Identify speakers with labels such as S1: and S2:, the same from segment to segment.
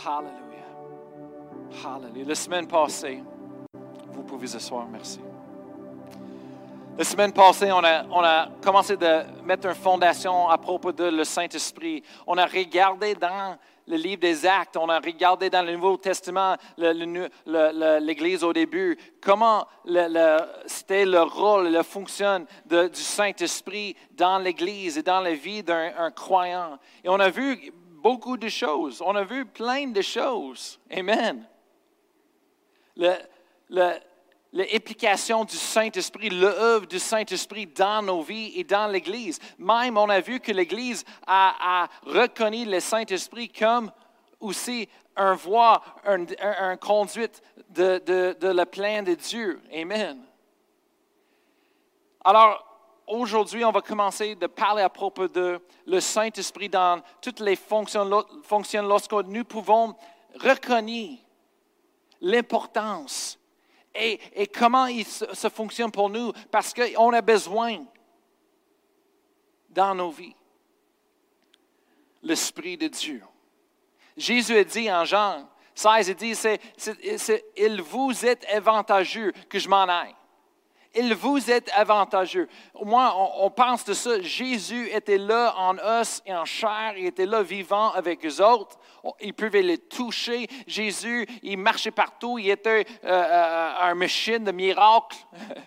S1: Hallelujah. Hallelujah. La semaine passée, vous pouvez asseoir, merci. La semaine passée, on a commencé de mettre une fondation à propos de le Saint-Esprit. On a regardé dans le livre des Actes, on a regardé dans le Nouveau Testament, l'Église au début, comment c'était le rôle, la fonction du Saint-Esprit dans l'Église et dans la vie d'un croyant. Et on a vu beaucoup de choses. On a vu plein de choses. Amen. L'implication du Saint-Esprit, l'œuvre du Saint-Esprit dans nos vies et dans l'Église. Même, on a vu que l'Église a reconnu le Saint-Esprit comme aussi un voie, un conduite de le plan de Dieu. Amen. Alors, aujourd'hui, on va commencer de parler à propos de le Saint-Esprit dans toutes les fonctions lorsque nous pouvons reconnaître l'importance et comment ça fonctionne pour nous, parce qu'on a besoin dans nos vies l'Esprit de Dieu. Jésus a dit en Jean 16, il dit, il vous est avantageux que je m'en aille. Il vous est avantageux. Moi, on pense de ça. Jésus était là en os et en chair. Il était là vivant avec eux autres. Ils pouvaient les toucher. Jésus, il marchait partout. Il était un machine de miracles.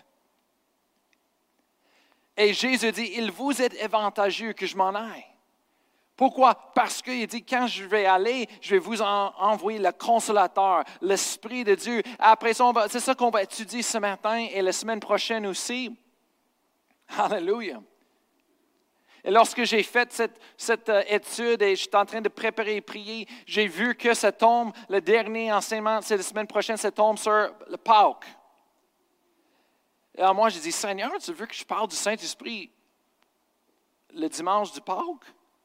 S1: Et Jésus dit, il vous est avantageux que je m'en aille. Pourquoi? Parce qu'il dit, quand je vais aller, je vais vous envoyer le Consolateur, l'Esprit de Dieu. Après ça, c'est ça qu'on va étudier ce matin et la semaine prochaine aussi. Alléluia. Et lorsque j'ai fait cette étude et j'étais en train de préparer et prier, j'ai vu que ça tombe, le dernier enseignement, c'est la semaine prochaine, ça tombe sur le Pâques. Et alors moi, j'ai dit, Seigneur, tu veux que je parle du Saint-Esprit le dimanche du Pâques?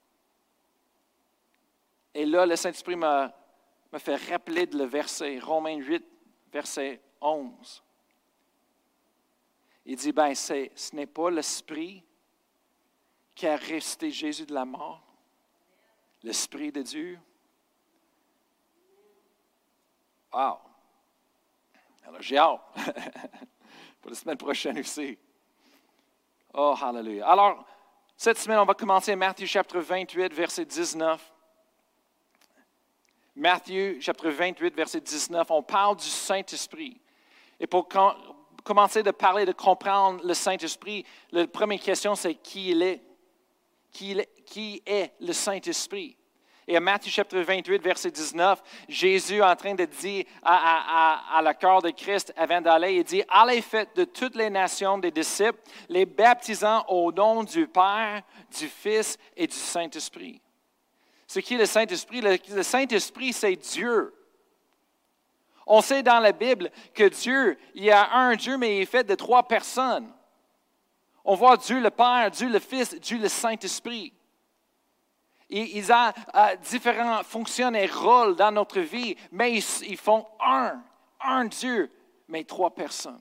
S1: Et là, le Saint-Esprit me fait rappeler le verset, Romains 8, verset 11. Il dit, ce n'est pas l'Esprit qui a ressuscité Jésus de la mort, l'Esprit de Dieu. Wow! Alors, j'ai hâte pour la semaine prochaine aussi. Oh, hallelujah! Alors, cette semaine, on va commencer Matthieu chapitre 28, verset 19. Matthieu, chapitre 28, verset 19, on parle du Saint-Esprit. Et pour commencer de parler, de comprendre le Saint-Esprit, la première question, c'est qui il est. Qui est le Saint-Esprit? Et à Matthieu, chapitre 28, verset 19, Jésus est en train de dire à la cœur de Christ, avant d'aller, il dit, « Allez, faites de toutes les nations des disciples, les baptisant au nom du Père, du Fils et du Saint-Esprit. » C'est qui le Saint-Esprit? Le Saint-Esprit, c'est Dieu. On sait dans la Bible que Dieu, il y a un Dieu, mais il est fait de 3 personnes. On voit Dieu le Père, Dieu le Fils, Dieu le Saint-Esprit. Ils ont différentes fonctions et rôles dans notre vie, mais ils font un Dieu, mais 3 personnes.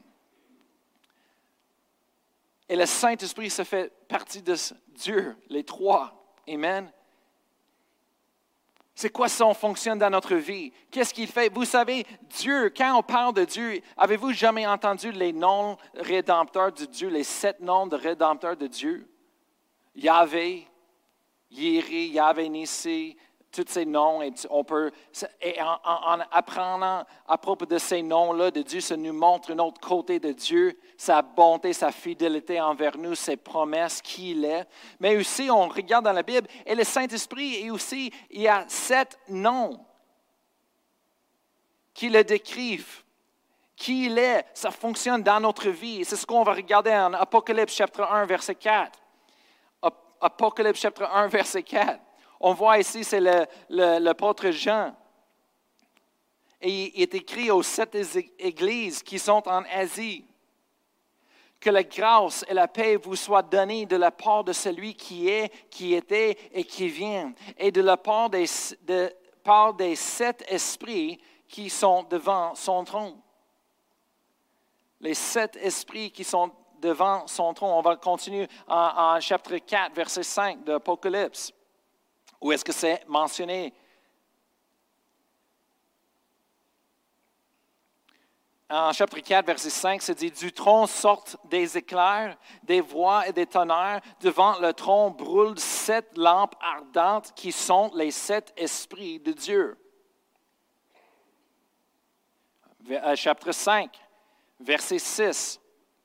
S1: Et le Saint-Esprit, ça fait partie de Dieu, les 3. Amen. C'est quoi son fonction dans notre vie? Qu'est-ce qu'il fait? Vous savez, Dieu, quand on parle de Dieu, avez-vous jamais entendu les noms rédempteurs de Dieu, les 7 noms de rédempteurs de Dieu? Yahvé, Yireh, Yahvé Nissi, tous ces noms. Et en apprenant à propos de ces noms-là de Dieu, ça nous montre un autre côté de Dieu, sa bonté, sa fidélité envers nous, ses promesses, qui il est. Mais aussi, on regarde dans la Bible, et le Saint-Esprit, et aussi, il y a 7 noms qui le décrivent. Qui il est, ça fonctionne dans notre vie. C'est ce qu'on va regarder en Apocalypse chapitre 1, verset 4. Apocalypse chapitre 1, verset 4. On voit ici, c'est l'apôtre Jean. Et il est écrit aux 7 églises qui sont en Asie. Que la grâce et la paix vous soient données de la part de celui qui est, qui était et qui vient. Et de la part des 7 esprits qui sont devant son trône. Les 7 esprits qui sont devant son trône. On va continuer en chapitre 4, verset 5 de l'Apocalypse. Où est-ce que c'est mentionné? en chapitre 4, verset 5, ça dit « Du tronc sortent des éclairs, des voix et des tonnerres. Devant le tronc brûlent 7 lampes ardentes qui sont les 7 esprits de Dieu. » Chapitre 5, verset 6.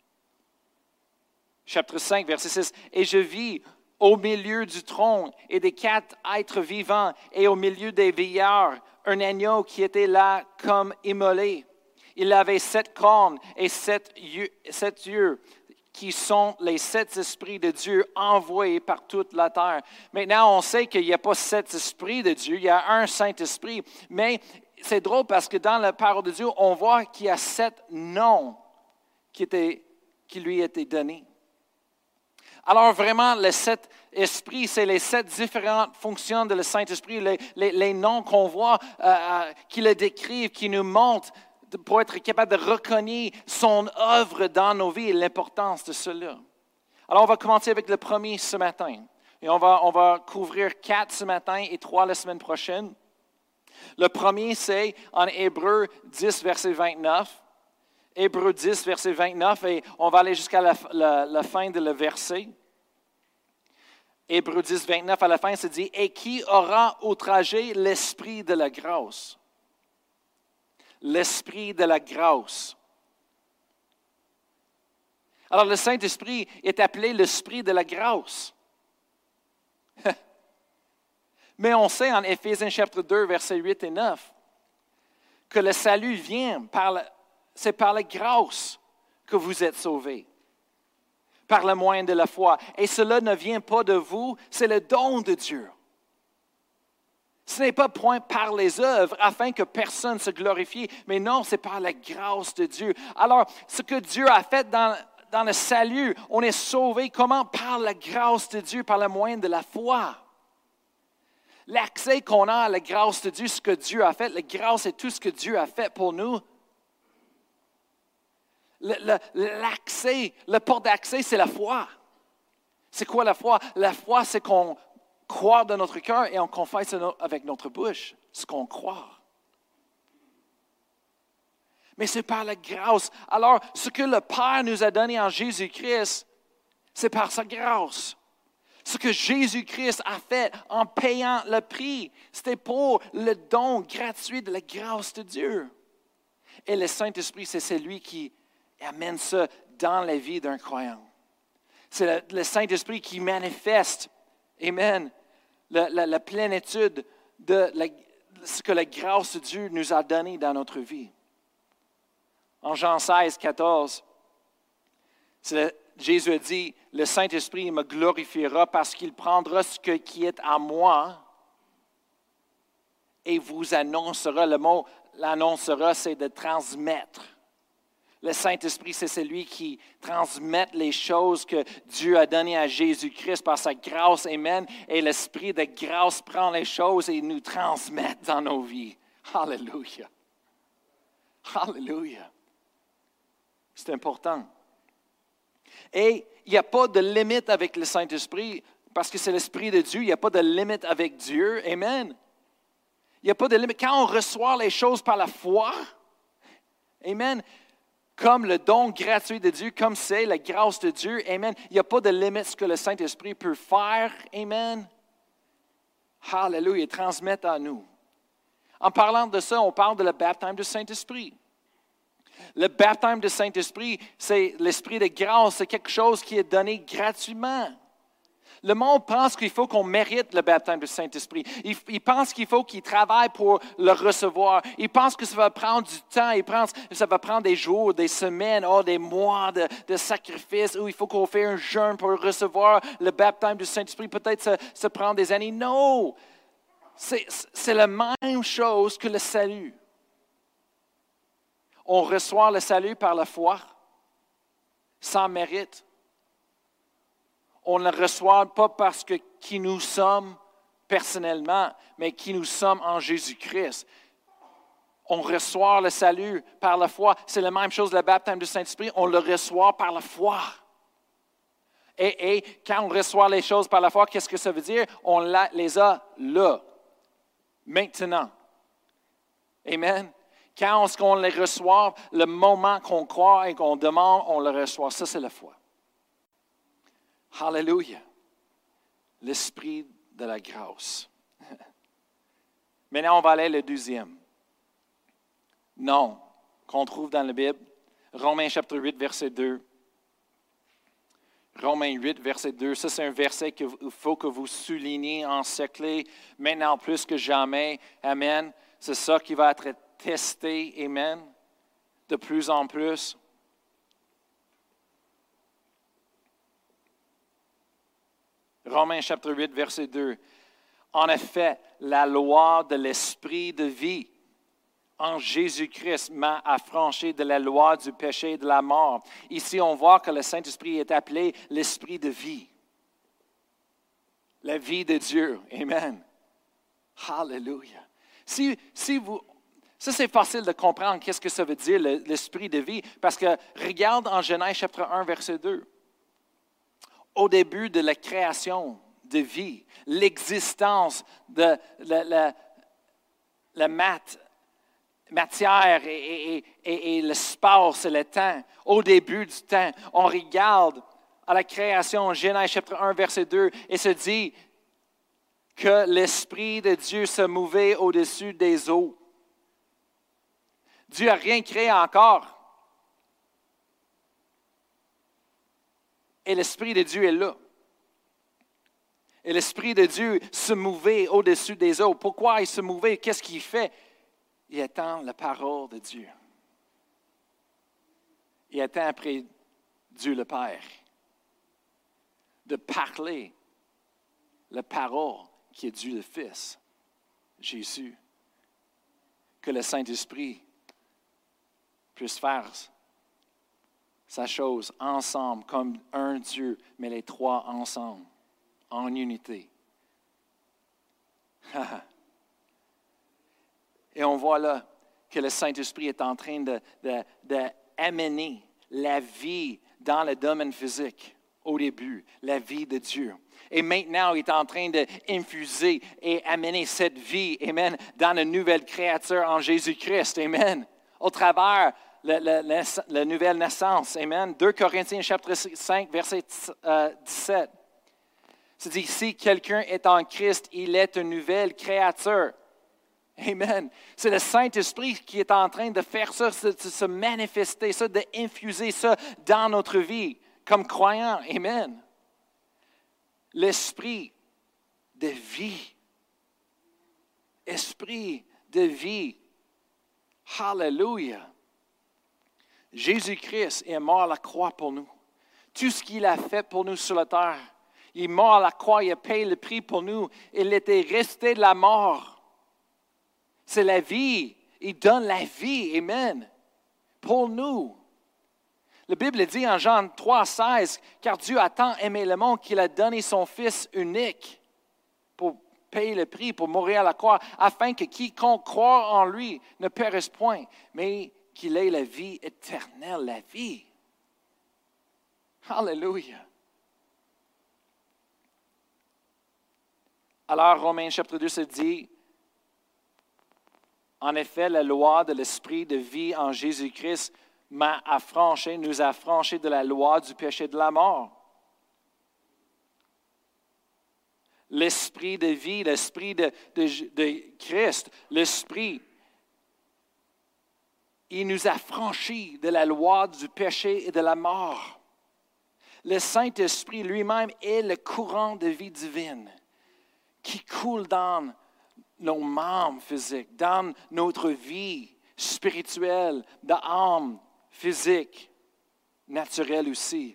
S1: Chapitre 5, verset 6. « Et je vis au milieu du trône et des 4 êtres vivants et au milieu des veilleurs un agneau qui était là comme immolé. Il avait 7 cornes et 7 yeux, qui sont les 7 esprits de Dieu envoyés par toute la terre. » Maintenant, on sait qu'il n'y a pas 7 esprits de Dieu, il y a un Saint-Esprit, mais c'est drôle parce que dans la parole de Dieu, on voit qu'il y a 7 noms qui lui étaient donnés. Alors vraiment, les 7 esprits, c'est les 7 différentes fonctions de le Saint-Esprit, les noms qu'on voit, qui le décrivent, qui nous montrent pour être capable de reconnaître son œuvre dans nos vies et l'importance de cela. Alors, on va commencer avec le premier ce matin. Et on va couvrir 4 ce matin et 3 la semaine prochaine. Le premier, c'est en Hébreux 10, verset 29. Hébreux 10, verset 29, et on va aller jusqu'à la fin de le verset. Hébreux 10, 29, à la fin, ça dit « Et qui aura outragé l'esprit de la grâce? » L'esprit de la grâce. Alors, le Saint-Esprit est appelé l'esprit de la grâce. Mais on sait en Éphésiens chapitre 2, versets 8 et 9, que le salut vient c'est par la grâce que vous êtes sauvés, par le moyen de la foi. Et cela ne vient pas de vous, c'est le don de Dieu. Ce n'est pas point par les œuvres afin que personne se glorifie, mais non, c'est par la grâce de Dieu. Alors, ce que Dieu a fait dans le salut, on est sauvé comment? Par la grâce de Dieu, par le moyen de la foi. L'accès qu'on a à la grâce de Dieu, ce que Dieu a fait, la grâce est tout ce que Dieu a fait pour nous. L'accès, le porte d'accès, c'est la foi. C'est quoi la foi? La foi, c'est qu'on croit dans notre cœur et on confesse avec notre bouche ce qu'on croit. Mais c'est par la grâce. Alors, ce que le Père nous a donné en Jésus-Christ, c'est par sa grâce. Ce que Jésus-Christ a fait en payant le prix, c'était pour le don gratuit de la grâce de Dieu. Et le Saint-Esprit, c'est celui qui amène ça dans la vie d'un croyant. C'est le Saint-Esprit qui manifeste, amen, la plénitude de ce que la grâce de Dieu nous a donné dans notre vie. En Jean 16, 14, Jésus a dit, « Le Saint-Esprit me glorifiera parce qu'il prendra ce qui est à moi et vous annoncera. » Le mot « l'annoncera », c'est de transmettre. Le Saint-Esprit, c'est celui qui transmet les choses que Dieu a données à Jésus-Christ par sa grâce, amen. Et l'Esprit de grâce prend les choses et nous transmet dans nos vies. Alléluia. Alléluia. C'est important. Et il n'y a pas de limite avec le Saint-Esprit, parce que c'est l'Esprit de Dieu, il n'y a pas de limite avec Dieu, amen. Il n'y a pas de limite. Quand on reçoit les choses par la foi, amen, comme le don gratuit de Dieu, comme c'est la grâce de Dieu, amen, il n'y a pas de limite ce que le Saint-Esprit peut faire, amen. Alléluia, et transmettre à nous. En parlant de ça, on parle de le baptême du Saint-Esprit. Le baptême du Saint-Esprit, c'est l'Esprit de grâce, c'est quelque chose qui est donné gratuitement. Le monde pense qu'il faut qu'on mérite le baptême du Saint-Esprit. Il pense qu'il faut qu'il travaille pour le recevoir. Il pense que ça va prendre du temps. Il pense que ça va prendre des jours, des semaines, des mois de sacrifice où il faut qu'on fasse un jeûne pour recevoir le baptême du Saint-Esprit. Peut-être ça prend des années. Non! C'est la même chose que le salut. On reçoit le salut par la foi, sans mérite. On ne le reçoit pas parce que qui nous sommes personnellement, mais qui nous sommes en Jésus-Christ. On reçoit le salut par la foi. C'est la même chose, le baptême du Saint-Esprit. On le reçoit par la foi. Et quand on reçoit les choses par la foi, qu'est-ce que ça veut dire? On les a là, maintenant. Amen. Quand on les reçoit, le moment qu'on croit et qu'on demande, on le reçoit. Ça, c'est la foi. Hallelujah. L'esprit de la grâce. Maintenant, on va aller le deuxième. Non, qu'on trouve dans la Bible. Romains chapitre 8, verset 2. Romains 8, verset 2. Ça, c'est un verset qu'il faut que vous souligniez, encerclez, maintenant plus que jamais. Amen. C'est ça qui va être testé. Amen. De plus en plus. Romains chapitre 8, verset 2. En effet, la loi de l'esprit de vie en Jésus-Christ m'a affranchi de la loi du péché et de la mort. Ici, on voit que le Saint-Esprit est appelé l'esprit de vie. La vie de Dieu. Amen. Hallelujah. Ça, c'est facile de comprendre qu'est-ce que ça veut dire, l'esprit de vie, parce que regarde en Genèse chapitre 1, verset 2. Au début de la création de vie, l'existence de la matière et l'espace et le temps, au début du temps, on regarde à la création, Genèse chapitre 1, verset 2, et se dit que l'Esprit de Dieu se mouvait au-dessus des eaux. Dieu n'a rien créé encore. Et l'Esprit de Dieu est là. Et l'Esprit de Dieu se mouvait au-dessus des eaux. Pourquoi il se mouvait? Qu'est-ce qu'il fait? Il attend la parole de Dieu. Il attend après Dieu le Père de parler la parole qui est Dieu le Fils, Jésus. Que le Saint-Esprit puisse faire sa chose ensemble comme un Dieu, mais les trois ensemble, en unité. Et on voit là que le Saint-Esprit est en train d'amener la vie dans le domaine physique au début, la vie de Dieu. Et maintenant, il est en train d'infuser et amener cette vie, amen, dans la nouvelle créature en Jésus-Christ, amen, au travers la nouvelle naissance, amen. 2 Corinthiens chapitre 5, verset 17. C'est dit, si quelqu'un est en Christ, il est une nouvelle créature. Amen. C'est le Saint-Esprit qui est en train de faire ça, de se manifester, ça, d'infuser ça dans notre vie comme croyants. Amen. L'esprit de vie. Esprit de vie. Hallelujah. Jésus-Christ est mort à la croix pour nous. Tout ce qu'il a fait pour nous sur la terre. Il est mort à la croix, il a payé le prix pour nous. Il était resté de la mort. C'est la vie. Il donne la vie. Amen. Pour nous. La Bible dit en Jean 3, 16, car Dieu a tant aimé le monde qu'il a donné son Fils unique pour payer le prix, pour mourir à la croix, afin que quiconque croit en lui ne périsse point, mais qu'il ait la vie éternelle, la vie. Alléluia. Alors, Romains chapitre 2 se dit, en effet, la loi de l'esprit de vie en Jésus-Christ m'a affranchi, nous a affranchis de la loi du péché et de la mort. L'esprit de vie, l'esprit de Christ, l'esprit, il nous a affranchis de la loi du péché et de la mort. Le Saint-Esprit lui-même est le courant de vie divine qui coule dans nos membres physiques, dans notre vie spirituelle, d'âme physique, naturelle aussi.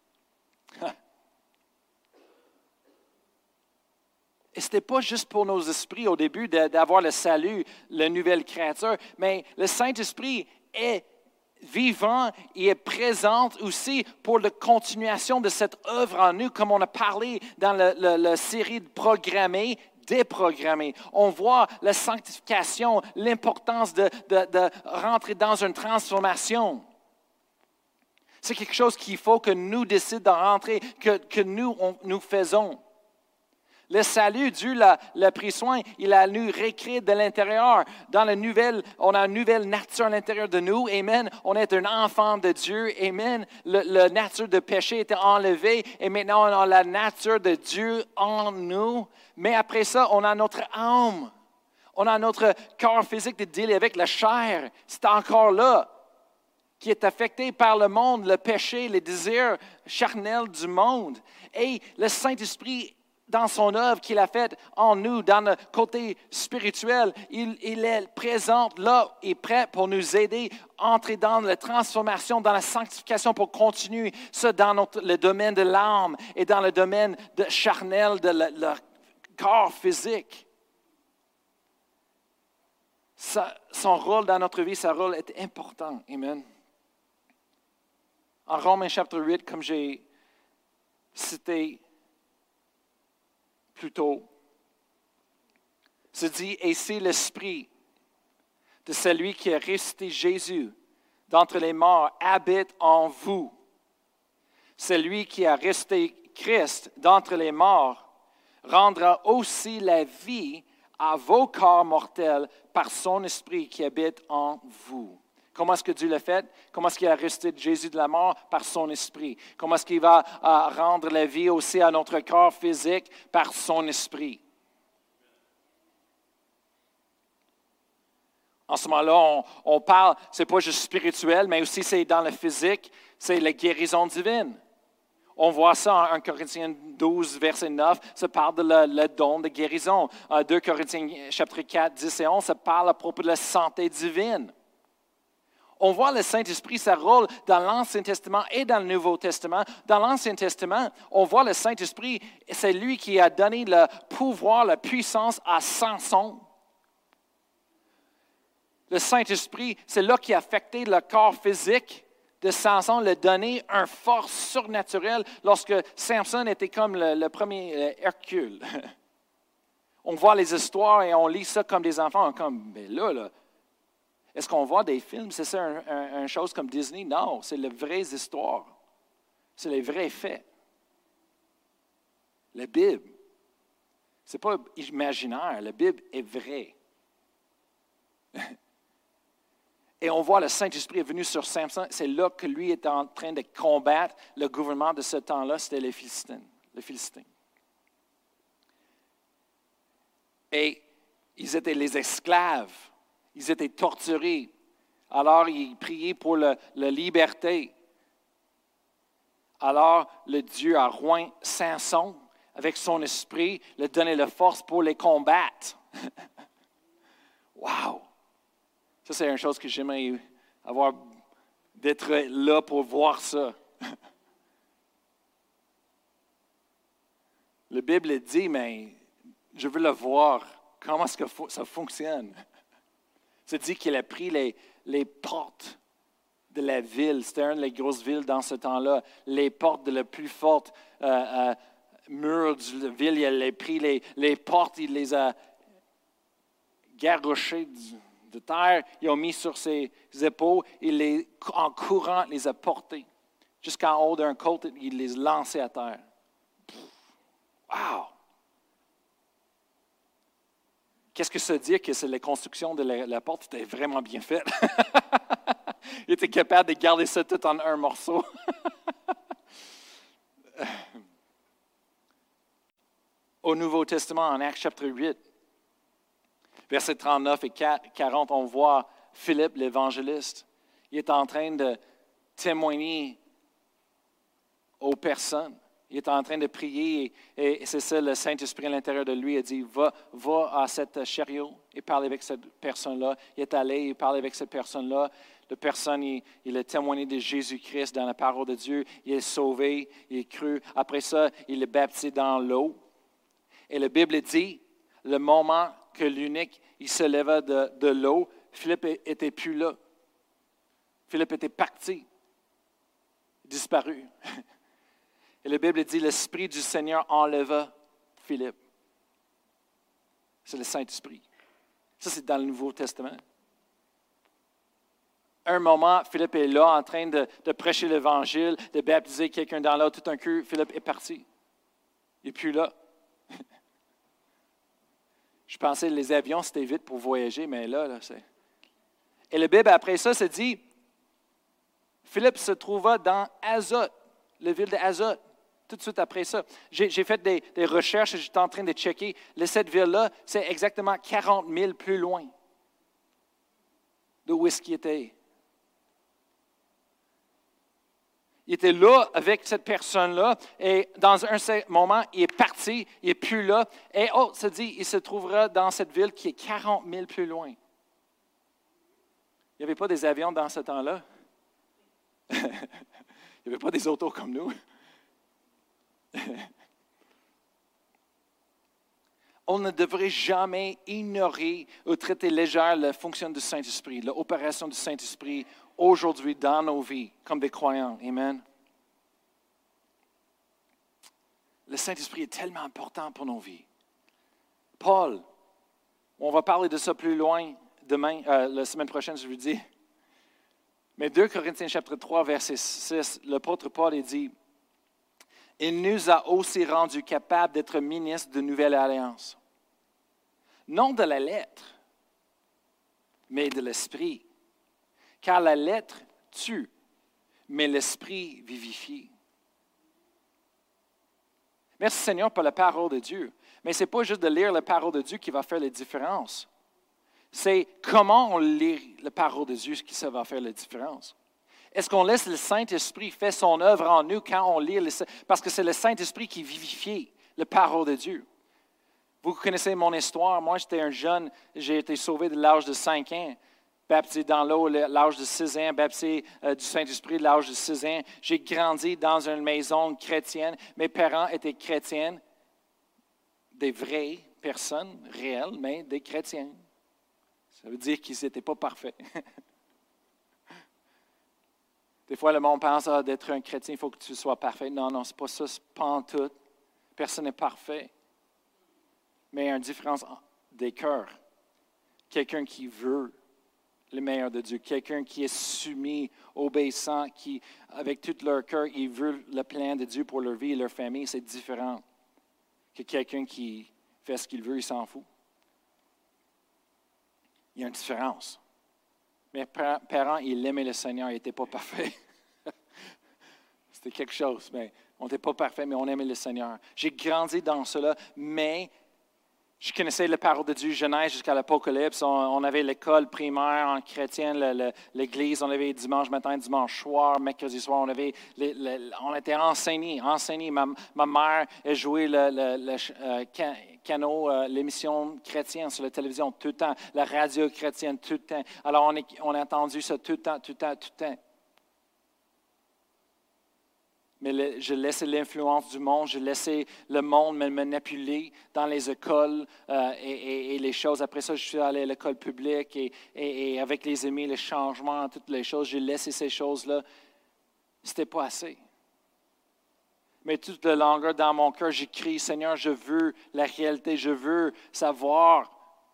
S1: Et ce n'était pas juste pour nos esprits au début d'avoir le salut, la nouvelle créature, mais le Saint-Esprit est vivant et est présent aussi pour la continuation de cette œuvre en nous, comme on a parlé dans la série de programmés, déprogrammés. On voit la sanctification, l'importance de rentrer dans une transformation. C'est quelque chose qu'il faut que nous décidions de rentrer, que nous faisons. Le salut, Dieu l'a pris soin. Il a nous récréé de l'intérieur. On a une nouvelle nature à l'intérieur de nous. Amen. On est un enfant de Dieu. Amen. La nature de péché était enlevée et maintenant on a la nature de Dieu en nous. Mais après ça, on a notre âme. On a notre corps physique de dealer avec la chair. C'est encore là, qui est affecté par le monde, le péché, les désirs charnels du monde. Et le Saint-Esprit, dans son œuvre qu'il a faite en nous, dans le côté spirituel, il est présent là et prêt pour nous aider à entrer dans la transformation, dans la sanctification pour continuer ça dans le domaine de l'âme et dans le domaine charnel de le corps physique. Son rôle dans notre vie, son rôle est important. Amen. En Romains chapitre 8, comme j'ai cité plus tôt, se dit, et c'est l'esprit de celui qui a ressuscité Jésus d'entre les morts habite en vous. Celui qui a ressuscité Christ d'entre les morts rendra aussi la vie à vos corps mortels par son esprit qui habite en vous. Comment est-ce que Dieu l'a fait? Comment est-ce qu'il a ressuscité Jésus de la mort? Par son esprit. Comment est-ce qu'il va rendre la vie aussi à notre corps physique? Par son esprit. En ce moment-là, on parle, ce n'est pas juste spirituel, mais aussi c'est dans le physique, c'est la guérison divine. On voit ça en 1 Corinthiens 12, verset 9, ça parle de le don de guérison. En 2 Corinthiens chapitre 4, 10 et 11, ça parle à propos de la santé divine. On voit le Saint-Esprit, sa rôle dans l'Ancien Testament et dans le Nouveau Testament. Dans l'Ancien Testament, on voit le Saint-Esprit, c'est lui qui a donné le pouvoir, la puissance à Samson. Le Saint-Esprit, c'est là qui a affecté le corps physique de Samson, le donné une force surnaturelle lorsque Samson était comme le premier Hercule. On voit les histoires et on lit ça comme des enfants, comme, mais là, est-ce qu'on voit des films? C'est ça une chose comme Disney? Non, c'est les vraies histoires. C'est les vrais faits. La Bible, ce n'est pas imaginaire, la Bible est vraie. Et on voit le Saint-Esprit est venu sur Samson. C'est là que lui est en train de combattre le gouvernement de ce temps-là, c'était les Philistins. Et ils étaient les esclaves. Ils étaient torturés. Alors, ils priaient pour la liberté. Alors, le Dieu a oint Samson avec son esprit, lui donné la force pour les combattre. Wow! Ça, c'est une chose que j'aimerais avoir, d'être là pour voir ça. La Bible dit, mais je veux le voir. Comment est-ce que ça fonctionne? Ça dit qu'il a pris les portes de la ville. C'était une des grosses villes dans ce temps-là. Les portes de la plus forte mur de la ville. Il a pris les portes, il les a garrochées de terre. Il a mis sur ses épaules. En courant, les a portées jusqu'en haut d'un côte. Il les a lancés à terre. Wow! Qu'est-ce que ça dit? Que c'est la construction de la porte était vraiment bien faite. Il était capable de garder ça tout en un morceau. Au Nouveau Testament, en Actes chapitre 8, versets 39 et 40, on voit Philippe, l'évangéliste. Il est en train de témoigner aux personnes. Il est en train de prier et c'est ça, le Saint-Esprit à l'intérieur de lui a dit, va à cette chariot et parle avec cette personne-là. Il est allé, il parle avec cette personne-là. La personne, il a témoigné de Jésus-Christ dans la parole de Dieu. Il est sauvé, il est cru. Après ça, il est baptisé dans l'eau. Et la Bible dit, le moment que l'eunuque, il se leva de l'eau, Philippe n'était plus là. Philippe était parti, disparu. Et la Bible dit, l'Esprit du Seigneur enleva Philippe. C'est le Saint-Esprit. Ça, c'est dans le Nouveau Testament. Un moment, Philippe est là en train de prêcher l'Évangile, de baptiser quelqu'un dans l'eau. Tout d'un coup, Philippe est parti. Il n'est plus là. Je pensais que les avions, c'était vite pour voyager, mais là c'est... Et la Bible, après ça, se dit, Philippe se trouva dans Azote, la ville d'Azote, tout de suite après ça. J'ai fait des recherches et j'étais en train de checker. Cette ville-là, c'est exactement 40 000 plus loin de où est-ce qu'il était. Il était là avec cette personne-là et dans un moment, il est parti, il n'est plus là. Et ça dit, il se trouvera dans cette ville qui est 40 000 plus loin. Il n'y avait pas des avions dans ce temps-là. Il n'y avait pas des autos comme nous. On ne devrait jamais ignorer ou traiter légère la fonction du Saint-Esprit, l'opération du Saint-Esprit aujourd'hui dans nos vies, comme des croyants. Amen. Le Saint-Esprit est tellement important pour nos vies. Paul, on va parler de ça plus loin demain, la semaine prochaine, je vous dis. Mais 2 Corinthiens chapitre 3, verset 6, l'apôtre Paul il dit, « Il nous a aussi rendus capables d'être ministres de nouvelle alliance. Non de la lettre, mais de l'esprit. Car la lettre tue, mais l'esprit vivifie. » Merci Seigneur pour la parole de Dieu. Mais ce n'est pas juste de lire la parole de Dieu qui va faire la différence. C'est comment on lit la parole de Dieu qui ça va faire la différence. Est-ce qu'on laisse le Saint-Esprit faire son œuvre en nous quand on lit, parce que c'est le Saint-Esprit qui vivifie la parole de Dieu. Vous connaissez mon histoire. Moi, j'étais un jeune, j'ai été sauvé de l'âge de 5 ans, baptisé dans l'eau à l'âge de 6 ans, baptisé du Saint-Esprit de l'âge de 6 ans. J'ai grandi dans une maison chrétienne. Mes parents étaient chrétiens, des vraies personnes réelles, mais des chrétiens. Ça veut dire qu'ils n'étaient pas parfaits. Des fois, le monde pense d'être un chrétien, il faut que tu sois parfait. Non, non, ce n'est pas ça, c'est pas en tout. Personne n'est parfait. Mais il y a une différence des cœurs. Quelqu'un qui veut le meilleur de Dieu, quelqu'un qui est soumis, obéissant, qui, avec tout leur cœur, il veut le plan de Dieu pour leur vie et leur famille, c'est différent que quelqu'un qui fait ce qu'il veut, il s'en fout. Il y a une différence. Mes parents, ils aimaient le Seigneur, ils n'étaient pas parfaits. C'était quelque chose, mais on n'était pas parfaits, mais on aimait le Seigneur. J'ai grandi dans cela, mais je connaissais la parole de Dieu, Genèse jusqu'à l'Apocalypse. On avait l'école primaire en chrétienne, l'église, on avait dimanche matin, dimanche soir, mercredi soir, on était enseignés. Ma mère a joué le canot, l'émission chrétienne sur la télévision tout le temps, la radio chrétienne tout le temps. Alors on a entendu ça tout le temps. Mais je laissais l'influence du monde, je laissais le monde me manipuler dans les écoles et les choses. Après ça, je suis allé à l'école publique et avec les amis, les changements, toutes les choses, j'ai laissé ces choses-là. Ce n'était pas assez. Mais toute la longueur dans mon cœur, j'écris, Seigneur, je veux la réalité, je veux savoir.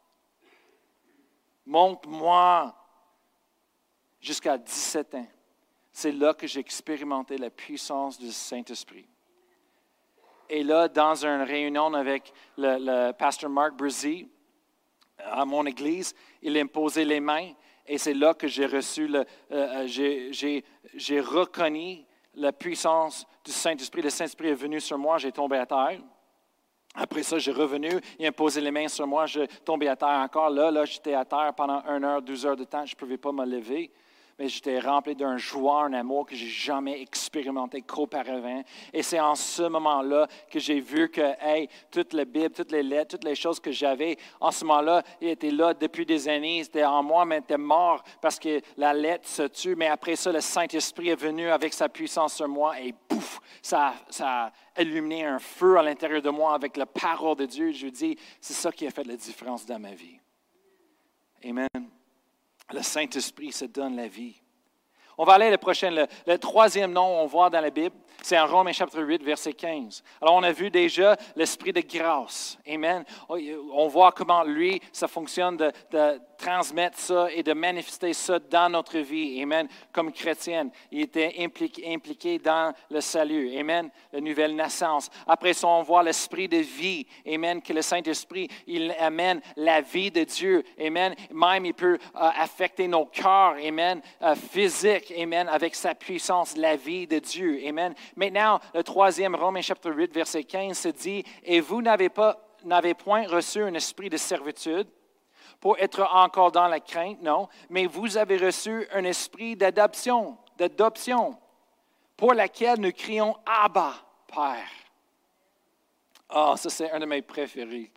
S1: Montre-moi jusqu'à 17 ans. C'est là que j'ai expérimenté la puissance du Saint-Esprit. Et là, dans une réunion avec le pasteur Mark Brzee, à mon église, il a imposé les mains et c'est là que j'ai reçu, j'ai reconnu la puissance du Saint-Esprit. Le Saint-Esprit est venu sur moi, j'ai tombé à terre. Après ça, j'ai revenu, il a imposé les mains sur moi, j'ai tombé à terre encore. Là, j'étais à terre pendant 1 heure, 2 heures de temps, je ne pouvais pas me lever. Mais j'étais rempli d'un joie, un amour que je n'ai jamais expérimenté qu'auparavant. Et c'est en ce moment-là que j'ai vu que, toute la Bible, toutes les lettres, toutes les choses que j'avais, en ce moment-là, il était là depuis des années, c'était en moi, mais était mort parce que la lettre se tue. Mais après ça, le Saint-Esprit est venu avec sa puissance sur moi et pouf, ça a illuminé un feu à l'intérieur de moi avec la parole de Dieu. Je dis, c'est ça qui a fait la différence dans ma vie. Amen. Le Saint-Esprit se donne la vie. On va aller à la prochaine. Le troisième nom qu'on voit dans la Bible, c'est en Romains chapitre 8, verset 15. Alors, on a vu déjà l'Esprit de grâce. Amen. On voit comment lui, ça fonctionne de transmettre ça et de manifester ça dans notre vie. Amen. Comme chrétienne, il était impliqué dans le salut. Amen. La nouvelle naissance. Après ça, on voit l'esprit de vie. Amen. Que le Saint-Esprit, il amène la vie de Dieu. Amen. Même, il peut affecter nos cœurs. Amen. Physique. Amen. Avec sa puissance, la vie de Dieu. Amen. Maintenant, le 3e Romains chapitre 8, verset 15 se dit, « Et vous n'avez point reçu un esprit de servitude pour être encore dans la crainte, non, mais vous avez reçu un esprit d'adoption, pour laquelle nous crions « Abba, Père ». Ah, ça c'est un de mes préférés.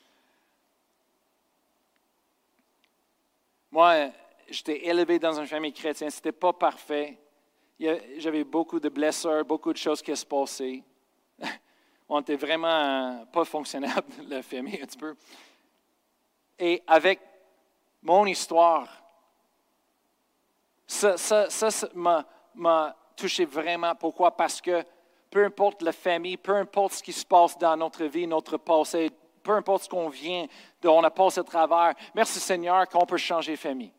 S1: Moi, j'étais élevé dans une famille chrétienne, ce n'était pas parfait. J'avais beaucoup de blessures, beaucoup de choses qui se passaient. On n'était vraiment pas fonctionnable, la famille, un petit peu. Et avec mon histoire, ça m'a touché vraiment. Pourquoi? Parce que peu importe la famille, peu importe ce qui se passe dans notre vie, notre passé, peu importe ce qu'on vient, on a passé à travers, merci Seigneur qu'on peut changer de famille.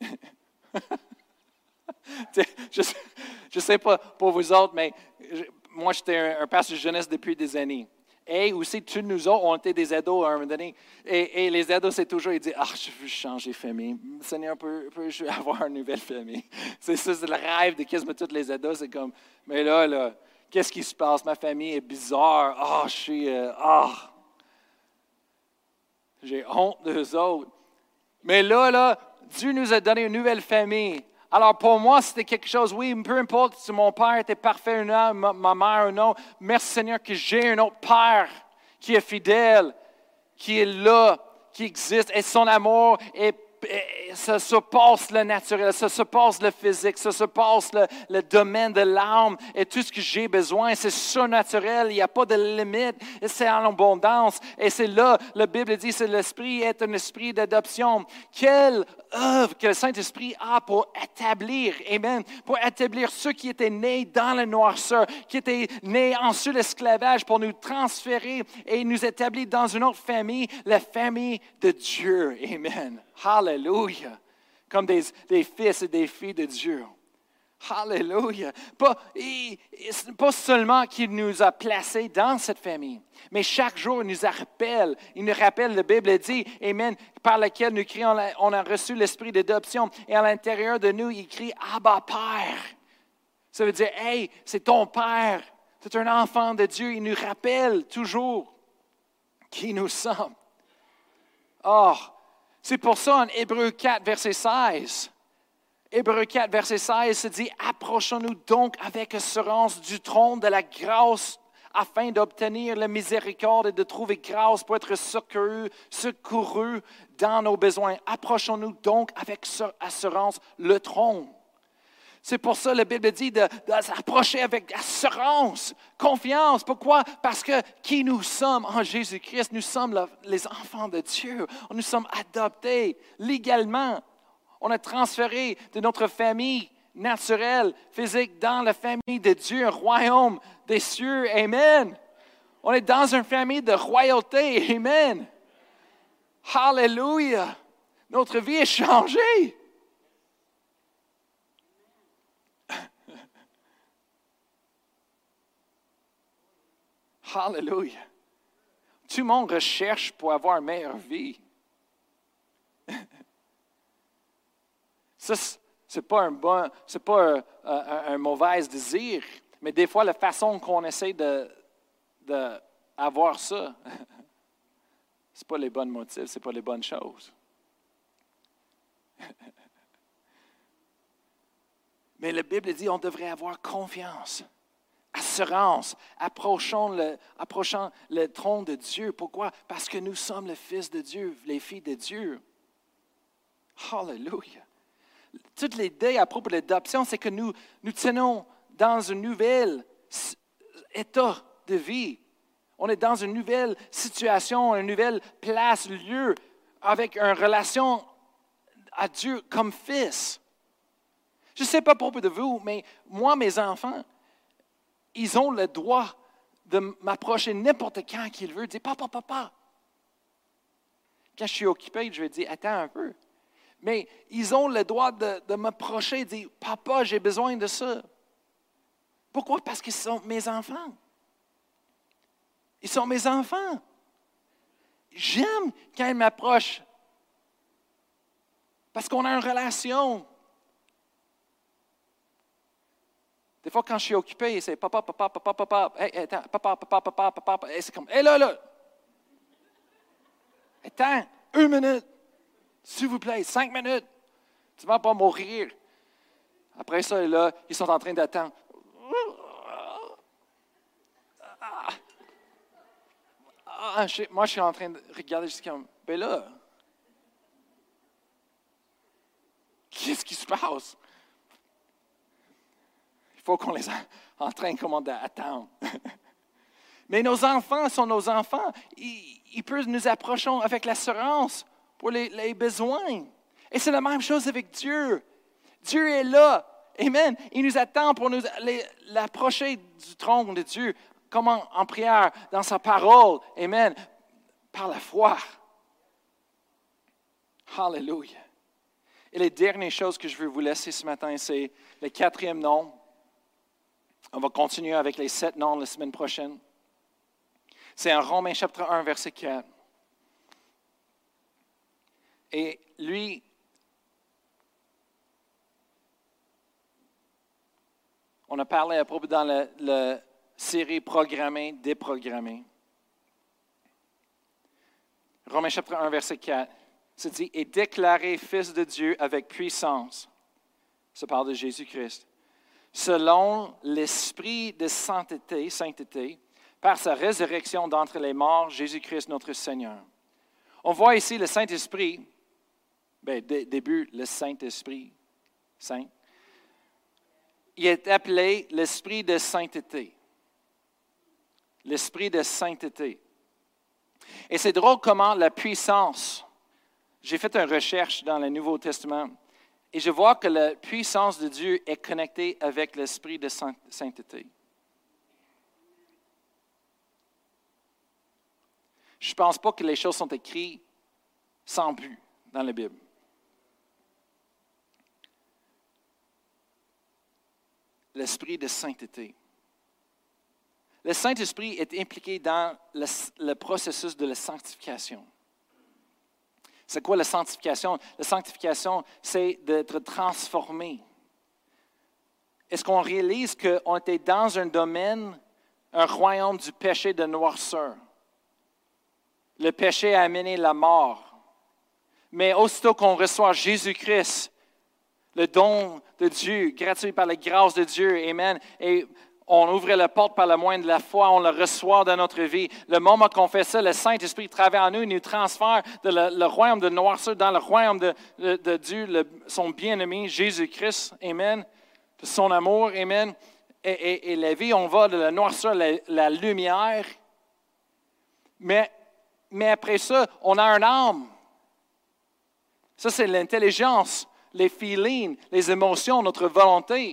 S1: Je ne sais pas pour vous autres, mais moi, j'étais un pasteur de jeunesse depuis des années. Et aussi, tous nous autres, on était des ados à un moment donné. Et les ados, c'est toujours, ils disent, « Ah, je veux changer de famille. Seigneur, peux-je avoir une nouvelle famille? » C'est ça, c'est le rêve de quasiment tous les ados. C'est comme, mais là, qu'est-ce qui se passe? Ma famille est bizarre. Ah, j'ai honte d'eux autres. Mais là, Dieu nous a donné une nouvelle famille. Alors pour moi, c'était quelque chose, oui, peu importe si mon père était parfait ou non, ma mère ou non, merci Seigneur que j'ai un autre père qui est fidèle, qui est là, qui existe, et son amour ça surpasse le naturel, ça surpasse le physique, ça surpasse le domaine de l'âme et tout ce que j'ai besoin, c'est surnaturel, il n'y a pas de limite, et c'est en abondance. Et c'est là, la Bible dit, c'est l'esprit est un esprit d'adoption. Quelle œuvre que le Saint-Esprit a pour établir, amen, pour établir ceux qui étaient nés dans la noirceur, qui étaient nés en sous l'esclavage, pour nous transférer et nous établir dans une autre famille, la famille de Dieu, amen. Hallelujah. Comme des fils et des filles de Dieu. Hallelujah. Pas seulement qu'il nous a placés dans cette famille, mais chaque jour, il nous rappelle, la Bible dit, amen, par laquelle nous crions, on a reçu l'esprit d'adoption, et à l'intérieur de nous, il crie, Abba, Père. Ça veut dire, hey, c'est ton Père, c'est un enfant de Dieu, il nous rappelle toujours qui nous sommes. Oh, c'est pour ça, en Hébreux 4, verset 16, Hébreux 4, verset 16 se dit, « Approchons-nous donc avec assurance du trône de la grâce afin d'obtenir la miséricorde et de trouver grâce pour être secourus dans nos besoins. Approchons-nous donc avec assurance le trône. » C'est pour ça que la Bible dit de s'approcher avec assurance, confiance. Pourquoi? Parce que qui nous sommes en Jésus-Christ, nous sommes les enfants de Dieu. Nous sommes adoptés légalement. On a transféré de notre famille naturelle, physique, dans la famille de Dieu, un royaume des cieux. Amen. On est dans une famille de royauté. Amen. Hallelujah. Notre vie est changée. Hallelujah. Tout le monde recherche pour avoir une meilleure vie. Ça, c'est pas un mauvais désir, mais des fois, la façon qu'on essaie d'avoir ça, c'est pas les bons motifs, c'est pas les bonnes choses. Mais la Bible dit qu'on devrait avoir confiance. Assurance, approchant le trône de Dieu. Pourquoi? Parce que nous sommes le Fils de Dieu, les filles de Dieu. Hallelujah. Toute l'idée à propos de l'adoption, c'est que nous tenons dans un nouvel état de vie. On est dans une nouvelle situation, une nouvelle place, lieu, avec une relation à Dieu comme fils. Je ne sais pas à propos de vous, mais moi, mes enfants, ils ont le droit de m'approcher n'importe quand qu'ils veulent, dire « Papa, papa ». Quand je suis occupé, je vais dire « Attends un peu ». Mais ils ont le droit de m'approcher et de dire, « Papa, j'ai besoin de ça. » Pourquoi? Parce qu'ils sont mes enfants. Ils sont mes enfants. J'aime quand ils m'approchent. Parce qu'on a une relation. Des fois, quand je suis occupé, c'est papa, papa, papa, papa. Hey, attends, papa, papa, papa, papa, papa. Et c'est comme, hé, là. Attends, 1 minute. S'il vous plaît, 5 minutes. Tu ne vas pas mourir. Après ça, là, ils sont en train d'attendre. Moi, je suis en train de regarder juste comme, ben là, qu'est-ce qui se passe? Il faut qu'on les entraîne comment attendre. Mais nos enfants sont nos enfants. Ils peuvent nous approcher avec l'assurance pour les besoins. Et c'est la même chose avec Dieu. Dieu est là. Amen. Il nous attend pour nous l'approcher du trône de Dieu, comme en prière, dans sa parole. Amen. Par la foi. Hallelujah. Et les dernières choses que je veux vous laisser ce matin, c'est le 4e nom. On va continuer avec les 7 noms la semaine prochaine. C'est en Romains chapitre 1, verset 4. Et lui, on a parlé à propos dans la série Programmée, déprogrammée. Romains chapitre 1, verset 4. C'est dit, « Et déclaré fils de Dieu avec puissance. » Ça parle de Jésus-Christ. Selon l'esprit de sainteté, par sa résurrection d'entre les morts, Jésus-Christ notre Seigneur. On voit ici le Saint-Esprit, début, le Saint-Esprit, saint. Il est appelé l'esprit de sainteté. L'esprit de sainteté. Et c'est drôle comment la puissance, j'ai fait une recherche dans le Nouveau Testament, et je vois que la puissance de Dieu est connectée avec l'esprit de sainteté. Je ne pense pas que les choses sont écrites sans but dans la Bible. L'esprit de sainteté. Le Saint-Esprit est impliqué dans le processus de la sanctification. C'est quoi la sanctification? La sanctification, c'est d'être transformé. Est-ce qu'on réalise qu'on était dans un domaine, un royaume du péché de noirceur? Le péché a amené la mort. Mais aussitôt qu'on reçoit Jésus-Christ, le don de Dieu, gratuit par la grâce de Dieu, amen, et on ouvre la porte par le moyen de la foi, on le reçoit dans notre vie. Le moment qu'on fait ça, le Saint-Esprit travaille en nous, il nous transfère de le royaume de noirceur dans le royaume de Dieu, son bien-aimé, Jésus-Christ, amen, de son amour, amen. Et la vie, on va de la noirceur, la lumière. Mais après ça, on a un âme. Ça, c'est l'intelligence, les feelings, les émotions, notre volonté,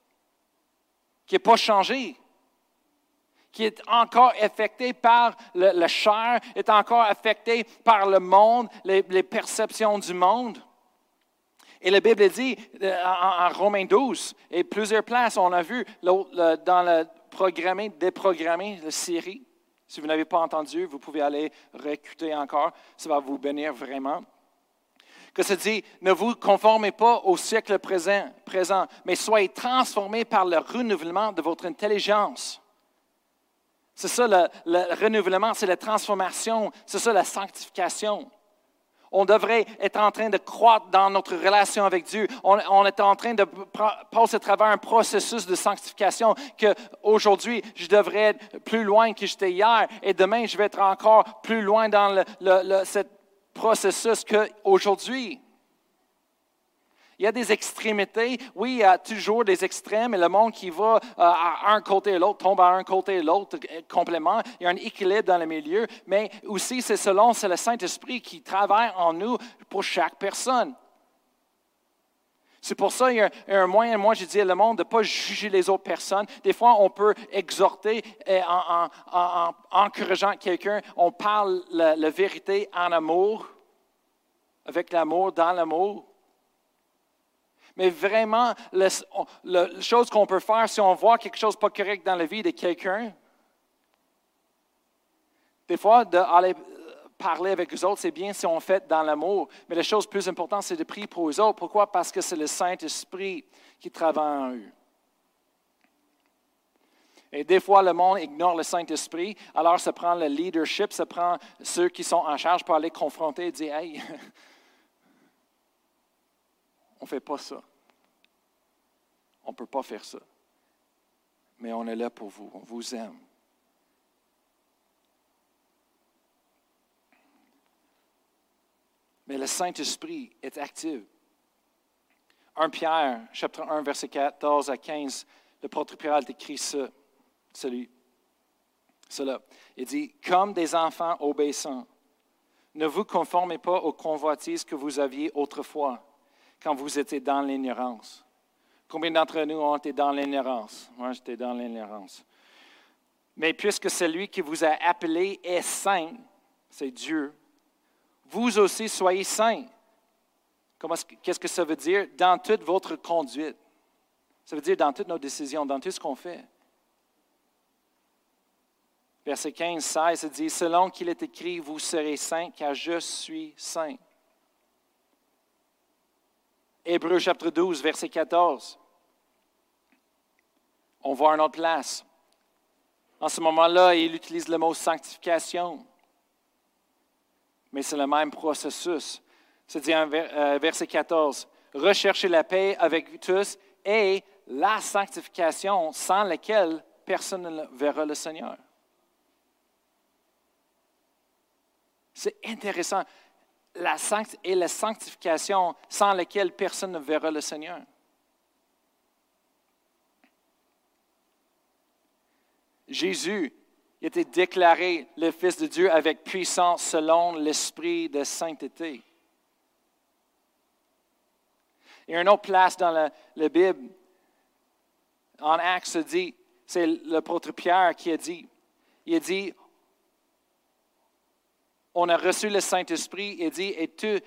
S1: qui n'est pas changée, qui est encore affectée par la chair, est encore affectée par le monde, les perceptions du monde. Et la Bible dit, en Romains 12, et plusieurs places, on a vu dans le programmé, déprogrammé, la série. Si vous n'avez pas entendu, vous pouvez aller réécouter encore. Ça va vous bénir vraiment. Que ça dit, ne vous conformez pas au siècle présent, mais soyez transformés par le renouvellement de votre intelligence. C'est ça le renouvellement, c'est la transformation, c'est ça la sanctification. On devrait être en train de croître dans notre relation avec Dieu. On est en train de passer à travers un processus de sanctification qu'aujourd'hui, je devrais être plus loin que j'étais hier et demain, je vais être encore plus loin dans cette processus qu'aujourd'hui. Il y a des extrémités. Oui, il y a toujours des extrêmes et le monde qui va à un côté et l'autre tombe à un côté et l'autre complètement. Il y a un équilibre dans le milieu, mais aussi c'est le Saint-Esprit qui travaille en nous pour chaque personne. C'est pour ça qu'il y a un moyen, moi je dis à le monde, de ne pas juger les autres personnes. Des fois, on peut exhorter en encourageant quelqu'un. On parle la vérité en amour, avec l'amour, dans l'amour. Mais vraiment, la chose qu'on peut faire, si on voit quelque chose pas correct dans la vie de quelqu'un, des fois, d'aller parler avec eux autres, c'est bien si on fait dans l'amour. Mais la chose plus importante, c'est de prier pour eux autres. Pourquoi? Parce que c'est le Saint-Esprit qui travaille en eux. Et des fois, le monde ignore le Saint-Esprit, alors ça prend le leadership, ça prend ceux qui sont en charge pour aller confronter et dire « Hey, on ne fait pas ça. On ne peut pas faire ça. Mais on est là pour vous, on vous aime. » Mais le Saint-Esprit est actif. 1 Pierre, chapitre 1, verset 14 à 15, l'apôtre Pierre a écrit cela. Il dit, « Comme des enfants obéissants, ne vous conformez pas aux convoitises que vous aviez autrefois, quand vous étiez dans l'ignorance. » Combien d'entre nous ont été dans l'ignorance? Moi, j'étais dans l'ignorance. « Mais puisque celui qui vous a appelé est saint, c'est Dieu, vous aussi soyez saints. » Qu'est-ce que ça veut dire? Dans toute votre conduite. Ça veut dire dans toutes nos décisions, dans tout ce qu'on fait. Verset 15, 16, ça dit, « Selon qu'il est écrit, vous serez saints, car je suis saint. » Hébreux chapitre 12, verset 14. On voit une autre place. En ce moment-là, il utilise le mot sanctification. Mais c'est le même processus. Ça dit en verset 14, « Recherchez la paix avec tous et la sanctification sans laquelle personne ne verra le Seigneur. » C'est intéressant. La sanctification sans laquelle personne ne verra le Seigneur. Jésus était déclaré le Fils de Dieu avec puissance selon l'esprit de sainteté. Il y a une autre place dans la Bible, en Actes, se dit, c'est l'apôtre Pierre qui a dit, il a dit, on a reçu le Saint-Esprit, il dit,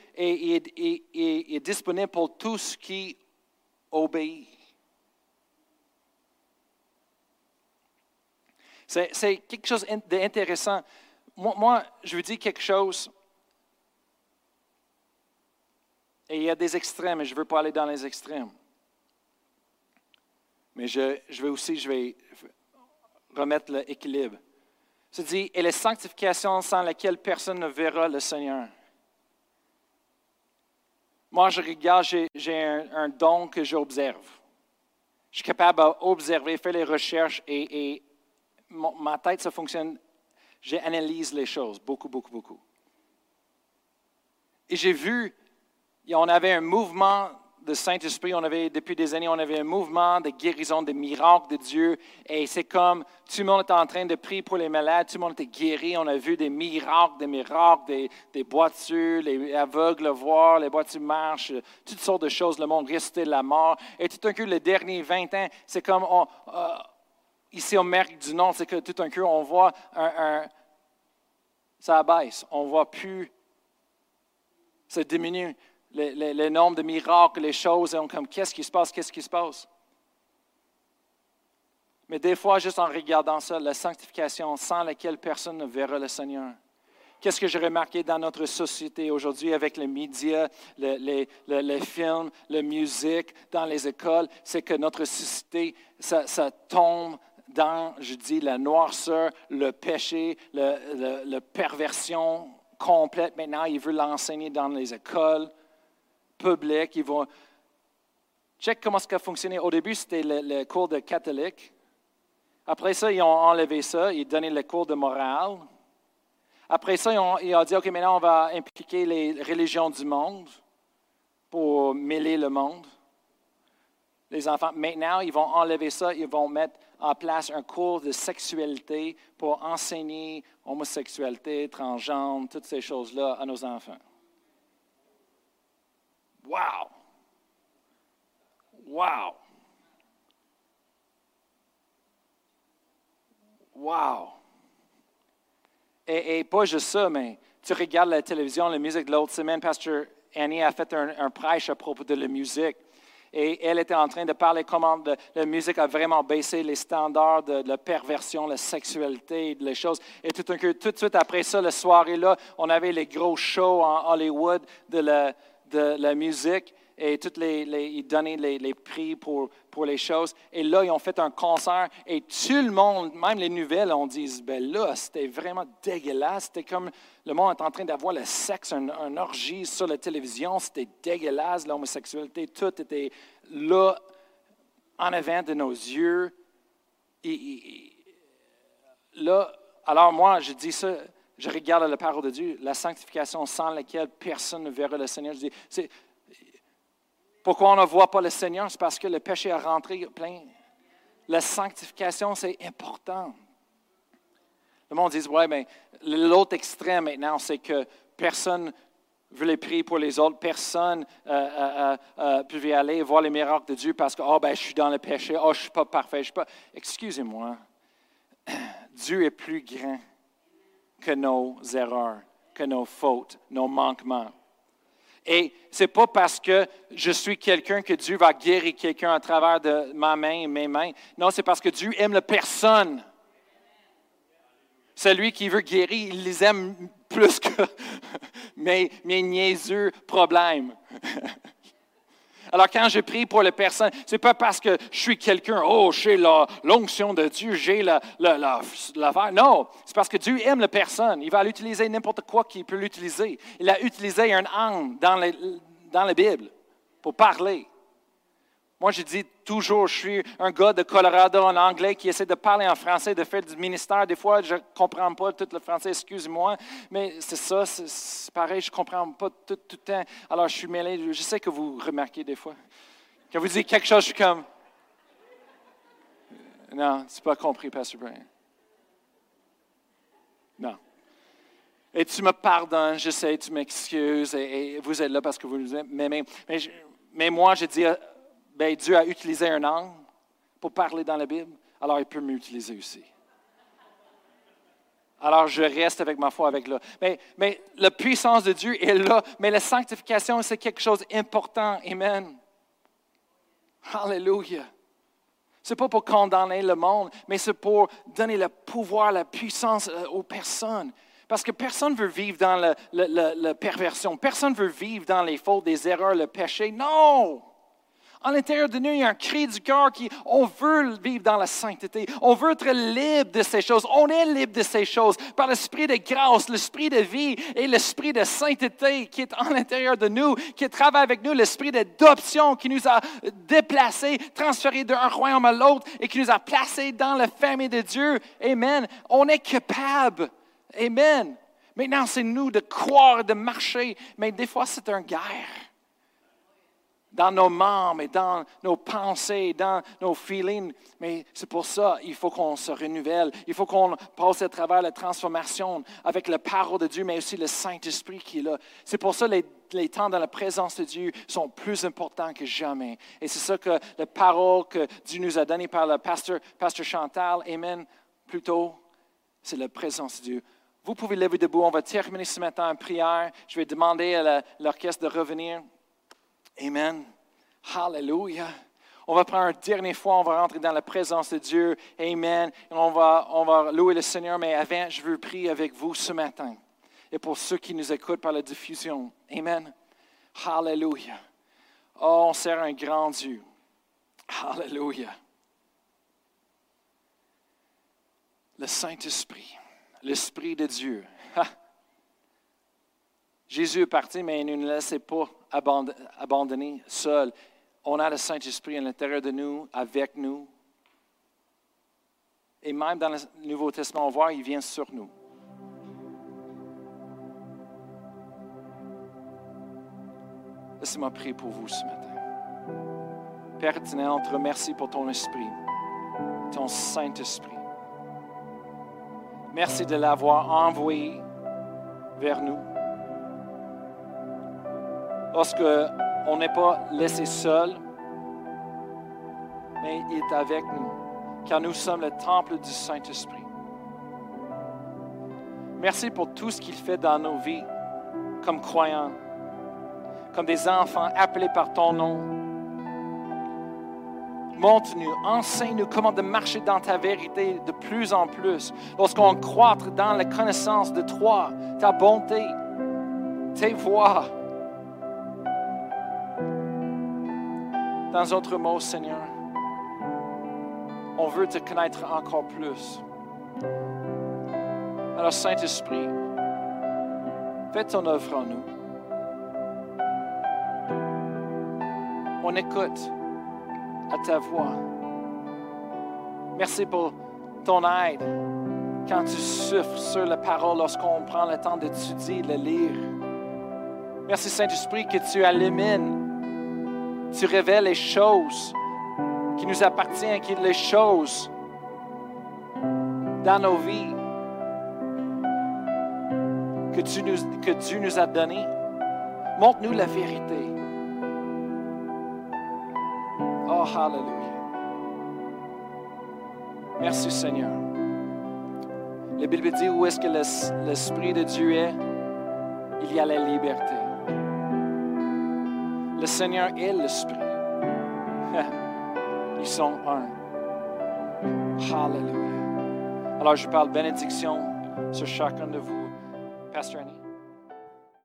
S1: et est disponible pour tous qui obéissent. C'est quelque chose d'intéressant. Moi, je veux dire quelque chose, et il y a des extrêmes, et je ne veux pas aller dans les extrêmes. Mais je vais remettre l'équilibre. Ça dit, et la sanctification sans laquelle personne ne verra le Seigneur. Moi, je regarde, j'ai un don que j'observe. Je suis capable d'observer, faire les recherches et ma tête, ça fonctionne. J'analyse les choses beaucoup, beaucoup, beaucoup. Et j'ai vu, on avait un mouvement de Saint-Esprit, depuis des années, on avait un mouvement de guérison, de miracles de Dieu. Et c'est comme, tout le monde était en train de prier pour les malades, tout le monde était guéri. On a vu des miracles, des boiteux, les aveugles voir, les boiteux marchent, toutes sortes de choses. Le monde restait de la mort. Et tout d'un coup, les derniers 20 ans, c'est comme, ici au Amérique du Nord, c'est que tout d'un coup, on voit ça abaisse. On ne voit plus, ça diminue. Le nombre de miracles, les choses, on comme, qu'est-ce qui se passe? Mais des fois, juste en regardant ça, la sanctification sans laquelle personne ne verra le Seigneur. Qu'est-ce que j'ai remarqué dans notre société aujourd'hui avec les médias, les films, la musique, dans les écoles, c'est que notre société, ça tombe dans, je dis, la noirceur, le péché, la perversion complète. Maintenant, ils veulent l'enseigner dans les écoles publiques. Ils vont... Check comment ça a fonctionné. Au début, c'était le cours de catholique. Après ça, ils ont enlevé ça. Ils donnaient le cours de morale. Après ça, ils ont dit, OK, maintenant, on va impliquer les religions du monde pour mêler le monde. Les enfants, maintenant, ils vont enlever ça. Ils vont mettre en place un cours de sexualité pour enseigner homosexualité, transgenre, toutes ces choses-là à nos enfants. Wow! Wow! Wow! Et pas juste ça, mais tu regardes la télévision, la musique. L'autre semaine, Pasteur Annie a fait un prêche à propos de la musique. Et elle était en train de parler comment la musique a vraiment baissé les standards de la perversion, la sexualité, les choses. Et tout de suite après ça, la soirée-là, on avait les gros shows en Hollywood de la musique. Et ils donnaient les prix pour les choses. Et là, ils ont fait un concert. Et tout le monde, même les nouvelles, on dit, ben là, c'était vraiment dégueulasse. C'était comme le monde est en train d'avoir le sexe, un orgie sur la télévision. C'était dégueulasse, l'homosexualité. Tout était là, en avant de nos yeux. Là, alors moi, je dis ça, je regarde la parole de Dieu, la sanctification sans laquelle personne ne verra le Seigneur. Je dis, pourquoi on ne voit pas le Seigneur? C'est parce que le péché a rentré plein. La sanctification, c'est important. Le monde dit, ouais, mais l'autre extrême maintenant, c'est que personne veut les prier pour les autres. Personne peut y aller voir les miracles de Dieu parce que, je suis dans le péché. Je ne suis pas parfait. Excusez-moi. Dieu est plus grand que nos erreurs, que nos fautes, nos manquements. Et ce n'est pas parce que je suis quelqu'un que Dieu va guérir quelqu'un à travers de ma main et mes mains. Non, c'est parce que Dieu aime la personne. Celui qui veut guérir, il les aime plus que mes niaiseux problèmes. Alors, quand je prie pour les personnes, ce n'est pas parce que je suis quelqu'un, j'ai l'onction de Dieu, j'ai la. Non, c'est parce que Dieu aime la personne. Il va l'utiliser n'importe quoi qu'il peut l'utiliser. Il a utilisé un âne dans la Bible pour parler. Moi, je dis toujours, je suis un gars de Colorado en anglais qui essaie de parler en français, de faire du ministère. Des fois, je ne comprends pas tout le français, excuse-moi, mais c'est ça, c'est pareil, je ne comprends pas tout le temps. Alors, je suis mêlé. Je sais que vous remarquez des fois. Quand vous dites quelque chose, je suis comme, non, tu n'as pas compris, Pastor Brian. Non. Et tu me pardonnes, je sais, tu m'excuses, et vous êtes là parce que vous m'aimez. Mais moi, je dis, Dieu a utilisé un ange pour parler dans la Bible, alors il peut m'utiliser aussi. Alors je reste avec ma foi avec là. Mais la puissance de Dieu est là, mais la sanctification, c'est quelque chose d'important. Amen. Alléluia. Ce n'est pas pour condamner le monde, mais c'est pour donner le pouvoir, la puissance aux personnes. Parce que personne ne veut vivre dans la perversion. Personne ne veut vivre dans les fautes, les erreurs, le péché. Non! À l'intérieur de nous, il y a un cri du cœur on veut vivre dans la sainteté. On veut être libre de ces choses. On est libre de ces choses par l'esprit de grâce, l'esprit de vie et l'esprit de sainteté qui est à l'intérieur de nous, qui travaille avec nous, l'esprit d'adoption qui nous a déplacés, transférés d'un royaume à l'autre et qui nous a placés dans la famille de Dieu. Amen. On est capable. Amen. Maintenant, c'est nous de croire, de marcher, mais des fois, c'est une guerre. Dans nos membres et dans nos pensées, dans nos feelings. Mais c'est pour ça qu'il faut qu'on se renouvelle. Il faut qu'on passe à travers la transformation avec la parole de Dieu, mais aussi le Saint-Esprit qui est là. C'est pour ça que les temps dans la présence de Dieu sont plus importants que jamais. Et c'est ça que la parole que Dieu nous a donnée par le pasteur Chantal, amen, plutôt, c'est la présence de Dieu. Vous pouvez lever debout. On va terminer ce matin en prière. Je vais demander à l'orchestre de revenir. Amen. Hallelujah. On va prendre un dernier fois, on va rentrer dans la présence de Dieu. Amen. Et on va louer le Seigneur, mais avant, je veux prier avec vous ce matin. Et pour ceux qui nous écoutent par la diffusion. Amen. Hallelujah. Oh, on sert un grand Dieu. Hallelujah. Le Saint-Esprit, l'Esprit de Dieu. Ha. Jésus est parti, mais il ne nous laissait pas abandonner seul. On a le Saint-Esprit à l'intérieur de nous, avec nous. Et même dans le Nouveau Testament, on voit, il vient sur nous. Laissez-moi prier pour vous ce matin. Père éternel, on te remercie pour ton esprit, ton Saint-Esprit. Merci de l'avoir envoyé vers nous. Lorsqu'on n'est pas laissé seul, mais il est avec nous, car nous sommes le temple du Saint-Esprit. Merci pour tout ce qu'il fait dans nos vies, comme croyants, comme des enfants appelés par ton nom. Montre-nous, enseigne-nous comment de marcher dans ta vérité de plus en plus. Lorsqu'on croître dans la connaissance de toi, ta bonté, tes voies. Dans d'autres mots, Seigneur, on veut te connaître encore plus. Alors, Saint-Esprit, fais ton œuvre en nous. On écoute à ta voix. Merci pour ton aide quand tu souffles sur la parole lorsqu'on prend le temps d'étudier, de lire. Merci Saint-Esprit que tu illumines, tu révèles les choses qui nous appartiennent, les choses dans nos vies que Dieu nous a données. Montre-nous la vérité. Oh, hallelujah. Merci Seigneur. La Bible dit où est-ce que l'Esprit de Dieu est, il y a la liberté. Le Seigneur est l'Esprit. Ils sont un. Hallelujah. Alors je parle bénédiction sur chacun de vous. Pasteur Annie.